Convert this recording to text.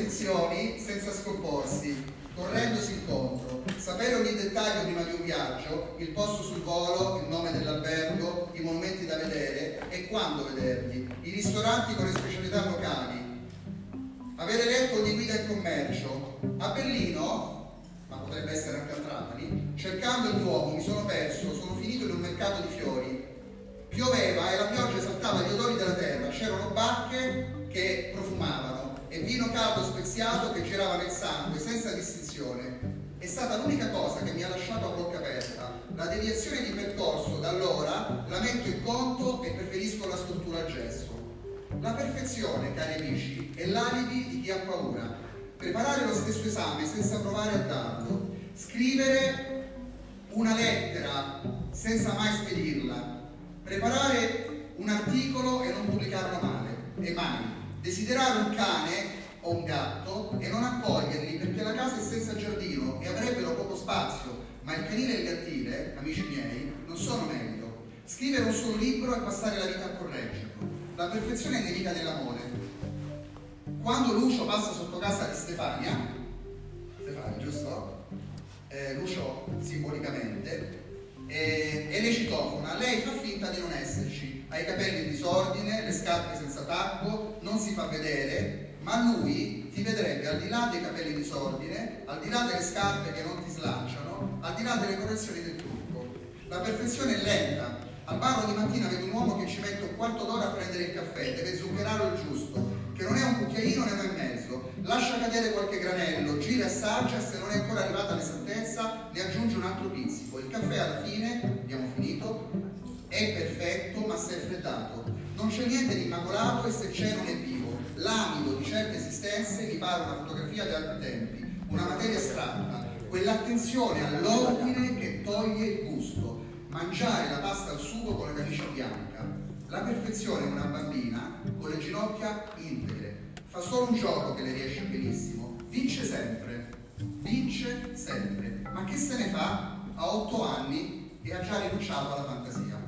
posizioni senza scomporsi, correndosi incontro, sapere ogni dettaglio prima di un viaggio, il posto sul volo, il nome dell'albergo, i monumenti da vedere e quando vederli, i ristoranti con le specialità locali, avere letto ogni guida in commercio. A Berlino, ma potrebbe essere anche a Trapani, cercando il Duomo mi sono perso, sono finito in un mercato di fiori. Pioveva e la pioggia esaltava gli odori della terra, c'erano bacche che profumavano e vino caldo speziato che girava nel sangue senza distinzione. È stata l'unica cosa che mi ha lasciato a bocca aperta. La deviazione di percorso da allora la metto in conto e preferisco la scultura a gesso. La perfezione, cari amici, è l'alibi di chi ha paura. Preparare lo stesso esame senza provare a darlo, scrivere una lettera senza mai spedirla, preparare un articolo e non pubblicarlo mai, desiderare un cane o un gatto e non accoglierli perché la casa è senza giardino e avrebbero poco spazio, ma il canile e il gattile, amici miei, non sono meglio. Scrivere un solo libro e passare la vita a correggerlo. La perfezione è nemica dell'amore. Quando Lucio passa sotto casa di Stefania, giusto? Lucio simbolicamente, e lei citofona, lei fa finta di non esserci, ha i capelli in disordine, le scarpe senza tacco, non si fa vedere, ma lui ti vedrebbe al di là dei capelli in disordine, al di là delle scarpe che non ti slanciano, al di là delle correzioni del trucco. La perfezione è lenta. Al bar di mattina vedo un uomo che ci mette un quarto d'ora a prendere il caffè, deve zuccherarlo il giusto, che non è un cucchiaino né in mezzo, lascia cadere qualche granello, gira e assaggia, se non è ancora arrivata all'esattezza ne aggiunge un altro pizzico. Il caffè alla fine, abbiamo finito, è perfetto ma si è freddato, non c'è niente di immacolato e se c'è non è vivo. L'amido di certe esistenze mi pare una fotografia di altri tempi, una materia astratta, quell'attenzione all'ordine che toglie il gusto. Mangiare la pasta al sugo con la camicia bianca. La perfezione è una bambina con le ginocchia integre. Fa solo un gioco che le riesce benissimo. Vince sempre. Ma che se ne fa? Ha 8 anni e ha già rinunciato alla fantasia.